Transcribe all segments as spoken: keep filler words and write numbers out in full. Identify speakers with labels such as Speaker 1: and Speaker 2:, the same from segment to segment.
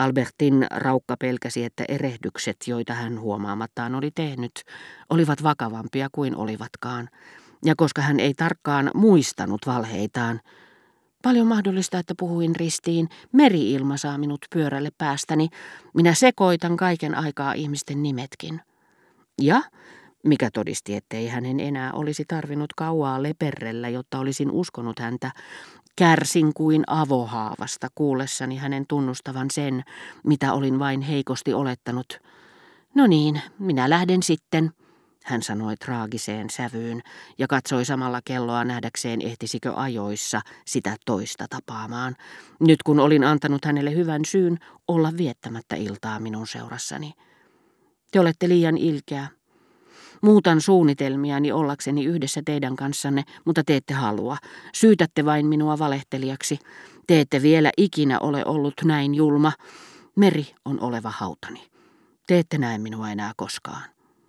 Speaker 1: Albertin raukka pelkäsi, että erehdykset, joita hän huomaamattaan oli tehnyt, olivat vakavampia kuin olivatkaan. Ja koska hän ei tarkkaan muistanut valheitaan, paljon mahdollista, että puhuin ristiin, meri-ilma saa minut pyörälle päästäni, minä sekoitan kaiken aikaa ihmisten nimetkin. Ja, mikä todisti, ettei hänen enää olisi tarvinnut kauaa leperrellä, jotta olisin uskonut häntä, kärsin kuin avohaavasta kuullessani hänen tunnustavan sen, mitä olin vain heikosti olettanut. No niin, minä lähden sitten, hän sanoi traagiseen sävyyn ja katsoi samalla kelloa nähdäkseen ehtisikö ajoissa sitä toista tapaamaan, nyt kun olin antanut hänelle hyvän syyn olla viettämättä iltaa minun seurassani. Te olette liian ilkeä. Muutan suunnitelmiani ollakseni yhdessä teidän kanssanne, mutta te ette halua. Syytätte vain minua valehtelijaksi. Te ette vielä ikinä ole ollut näin julma. Meri on oleva hautani. Te ette näe minua enää koskaan.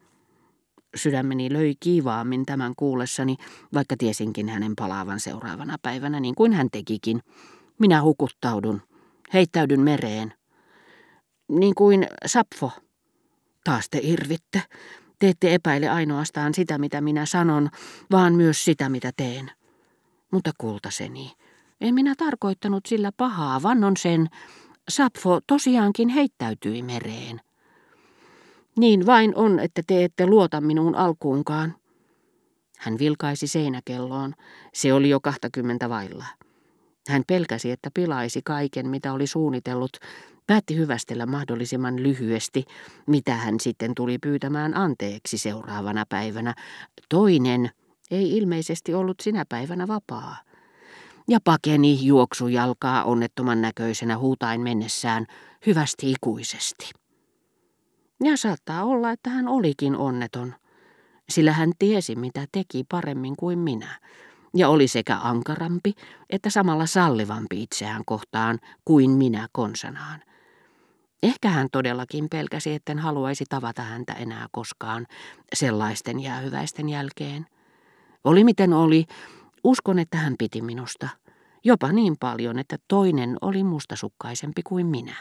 Speaker 1: Sydämeni löi kiivaammin tämän kuullessani, vaikka tiesinkin hänen palaavan seuraavana päivänä, niin kuin hän tekikin. Minä hukuttaudun, heittäydyn mereen. Niin kuin Sapfo. Taas te irvitte. Te ette epäile ainoastaan sitä, mitä minä sanon, vaan myös sitä, mitä teen. Mutta kultaseni, en minä tarkoittanut sillä pahaa, vannon sen. Sapfo tosiaankin heittäytyi mereen. Niin vain on, että te ette luota minuun alkuunkaan. Hän vilkaisi seinäkelloon. Se oli jo kahtakymmentä vailla. Hän pelkäsi, että pilaisi kaiken, mitä oli suunnitellut. Päätti hyvästellä mahdollisimman lyhyesti, mitä hän sitten tuli pyytämään anteeksi seuraavana päivänä. Toinen ei ilmeisesti ollut sinä päivänä vapaa. Ja pakeni juoksujalkaa onnettoman näköisenä huutain mennessään hyvästi ikuisesti. Ja saattaa olla, että hän olikin onneton, sillä hän tiesi, mitä teki paremmin kuin minä, ja oli sekä ankarampi että samalla sallivampi itseään kohtaan kuin minä konsanaan. Ehkä hän todellakin pelkäsi, etten haluaisi tavata häntä enää koskaan sellaisten jäähyväisten jälkeen. Oli miten oli, uskon, että hän piti minusta, jopa niin paljon, että toinen oli mustasukkaisempi kuin minä.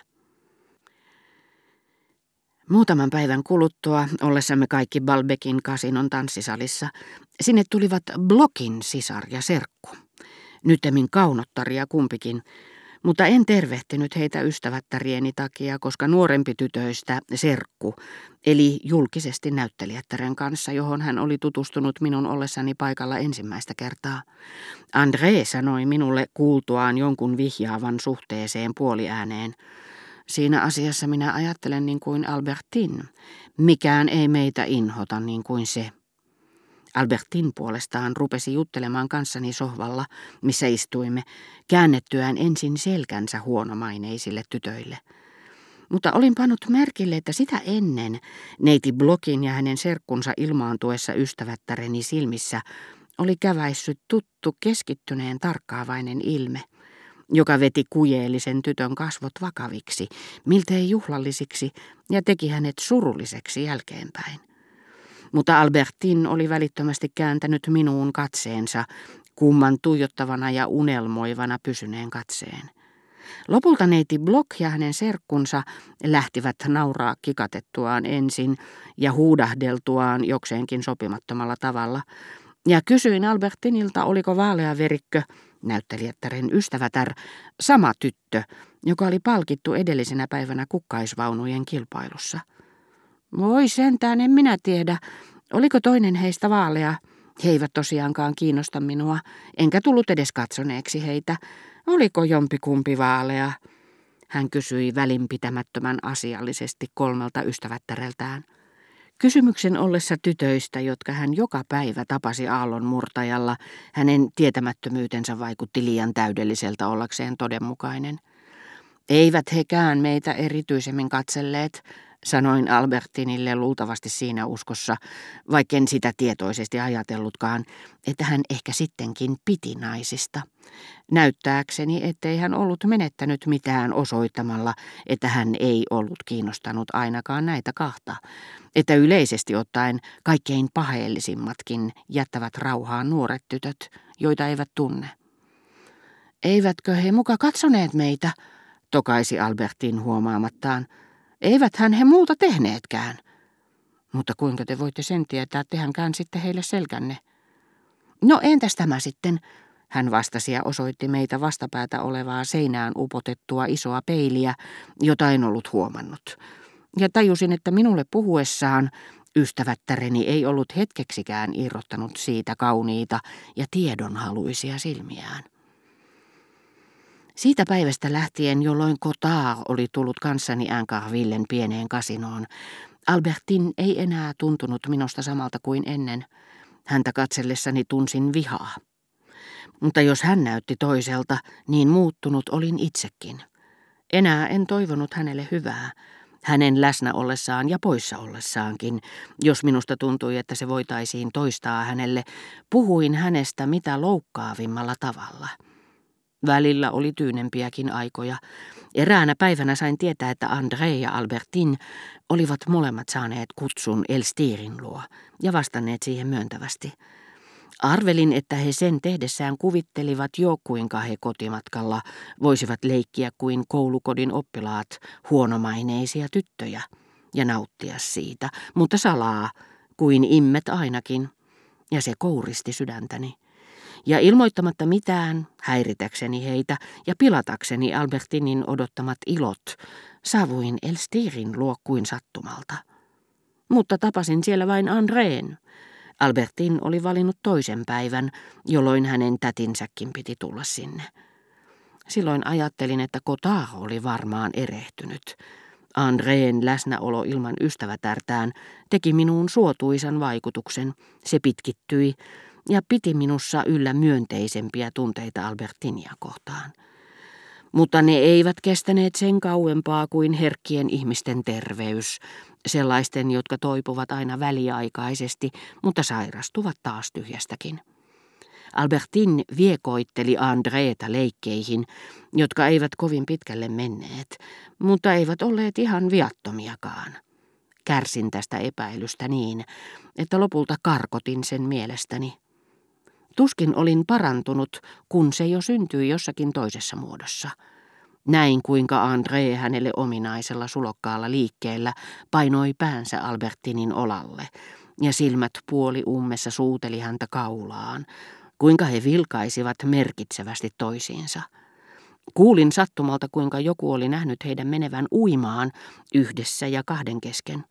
Speaker 1: Muutaman päivän kuluttua, ollessamme kaikki Balbekin kasinon tanssisalissa, sinne tulivat Blokin sisar ja serkku. Nytemmin kaunottaria kumpikin, mutta en tervehtinyt heitä ystävättärieni takia, koska nuorempi tytöistä serkku, eli julkisesti näyttelijättären kanssa, johon hän oli tutustunut minun ollessani paikalla ensimmäistä kertaa. André sanoi minulle kuultuaan jonkun vihjaavan suhteeseen puoliääneen. Siinä asiassa minä ajattelen niin kuin Albertine. Mikään ei meitä inhota niin kuin se. Albertine puolestaan rupesi juttelemaan kanssani sohvalla, missä istuimme, käännettyään ensin selkänsä huonomaineisille tytöille. Mutta olin pannut merkille, että sitä ennen neiti Blokin ja hänen serkkunsa ilmaantuessa ystävättäreni silmissä oli käväissyt tuttu keskittyneen tarkkaavainen ilme, joka veti kujeellisen tytön kasvot vakaviksi, miltei juhlallisiksi, ja teki hänet surulliseksi jälkeenpäin. Mutta Albertine oli välittömästi kääntänyt minuun katseensa, kumman tuijottavana ja unelmoivana pysyneen katseen. Lopulta neiti Block ja hänen serkkunsa lähtivät nauraa kikatettuaan ensin ja huudahdeltuaan jokseenkin sopimattomalla tavalla, ja kysyin Albertinilta, oliko vaaleaverikkö, näyttelijättären ystävätär, sama tyttö, joka oli palkittu edellisenä päivänä kukkaisvaunujen kilpailussa. Voi sentään, en minä tiedä. Oliko toinen heistä vaalea? He eivät tosiaankaan kiinnosta minua, enkä tullut edes katsoneeksi heitä. Oliko jompikumpi vaalea? Hän kysyi välinpitämättömän asiallisesti kolmelta ystävättäreltään. Kysymyksen ollessa tytöistä, jotka hän joka päivä tapasi aallon murtajalla, hänen tietämättömyytensä vaikutti liian täydelliseltä ollakseen todenmukainen. Eivät hekään meitä erityisemmin katselleet, sanoin Albertinille luultavasti siinä uskossa, vaikken sitä tietoisesti ajatellutkaan, että hän ehkä sittenkin piti naisista. Näyttääkseni, ettei hän ollut menettänyt mitään osoittamalla, että hän ei ollut kiinnostanut ainakaan näitä kahta, että yleisesti ottaen kaikkein paheellisimmatkin jättävät rauhaan nuoret tytöt, joita eivät tunne. Eivätkö he muka katsoneet meitä? tokaisi Albertine huomaamattaan. Eiväthän he muuta tehneetkään. Mutta kuinka te voitte sen tietää, tehän käänsitte heille selkänne? No entäs tämä sitten? Hän vastasi ja osoitti meitä vastapäätä olevaa seinään upotettua isoa peiliä, jota en ollut huomannut. Ja tajusin, että minulle puhuessaan ystävättäreni ei ollut hetkeksikään irrottanut siitä kauniita ja tiedonhaluisia silmiään. Siitä päivästä lähtien, jolloin Cotard oli tullut kanssani Incarvillen pieneen kasinoon, Albertine ei enää tuntunut minusta samalta kuin ennen. Häntä katsellessani tunsin vihaa. Mutta jos hän näytti toiselta, niin muuttunut olin itsekin. Enää en toivonut hänelle hyvää, hänen läsnä ollessaan ja poissa ollessaankin. Jos minusta tuntui, että se voitaisiin toistaa hänelle, puhuin hänestä mitä loukkaavimmalla tavalla. Välillä oli tyynempiäkin aikoja. Eräänä päivänä sain tietää, että André ja Albertine olivat molemmat saaneet kutsun Elstirin luo ja vastanneet siihen myöntävästi. Arvelin, että he sen tehdessään kuvittelivat jo, kuinka he kotimatkalla voisivat leikkiä kuin koulukodin oppilaat huonomaineisia tyttöjä ja nauttia siitä, mutta salaa, kuin immet ainakin, ja se kouristi sydäntäni. Ja ilmoittamatta mitään, häiritäkseni heitä ja pilatakseni Albertinin odottamat ilot, saavuin Elstirin luo kuin sattumalta. Mutta tapasin siellä vain Andreen. Albertine oli valinnut toisen päivän, jolloin hänen tätinsäkin piti tulla sinne. Silloin ajattelin, että Cotard oli varmaan erehtynyt. Andreen läsnäolo ilman ystävätärtään teki minuun suotuisan vaikutuksen. Se pitkittyi ja piti minussa yllä myönteisempiä tunteita Albertinia kohtaan. Mutta ne eivät kestäneet sen kauempaa kuin herkkien ihmisten terveys, sellaisten, jotka toipuvat aina väliaikaisesti, mutta sairastuvat taas tyhjästäkin. Albertine viekoitteli Andreeta leikkeihin, jotka eivät kovin pitkälle menneet, mutta eivät olleet ihan viattomiakaan. Kärsin tästä epäilystä niin, että lopulta karkotin sen mielestäni. Tuskin olin parantunut, kun se jo syntyi jossakin toisessa muodossa. Näin kuinka André hänelle ominaisella sulokkaalla liikkeellä painoi päänsä Albertinin olalle, ja silmät puoli ummessa suuteli häntä kaulaan, kuinka he vilkaisivat merkitsevästi toisiinsa. Kuulin sattumalta, kuinka joku oli nähnyt heidän menevän uimaan yhdessä ja kahden kesken.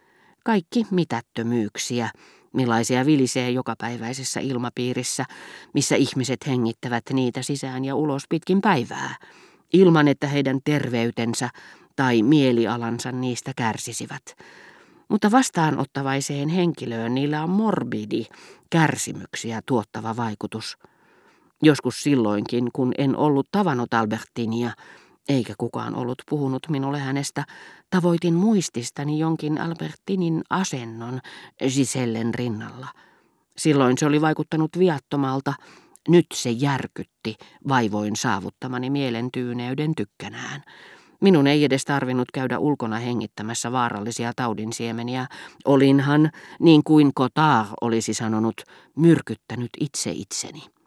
Speaker 1: Kaikki mitättömyyksiä, millaisia vilisee jokapäiväisessä ilmapiirissä, missä ihmiset hengittävät niitä sisään ja ulos pitkin päivää, ilman että heidän terveytensä tai mielialansa niistä kärsisivät. Mutta vastaanottavaiseen henkilöön niillä on morbidi, kärsimyksiä tuottava vaikutus. Joskus silloinkin, kun en ollut tavannut Albertinia, eikä kukaan ollut puhunut minulle hänestä, tavoitin muististani jonkin Albertinin asennon Gisellen rinnalla. Silloin se oli vaikuttanut viattomalta, nyt se järkytti vaivoin saavuttamani mielentyyneyden tykkänään. Minun ei edes tarvinnut käydä ulkona hengittämässä vaarallisia taudinsiemeniä. Olinhan, niin kuin Cotard olisi sanonut, myrkyttänyt itse itseni.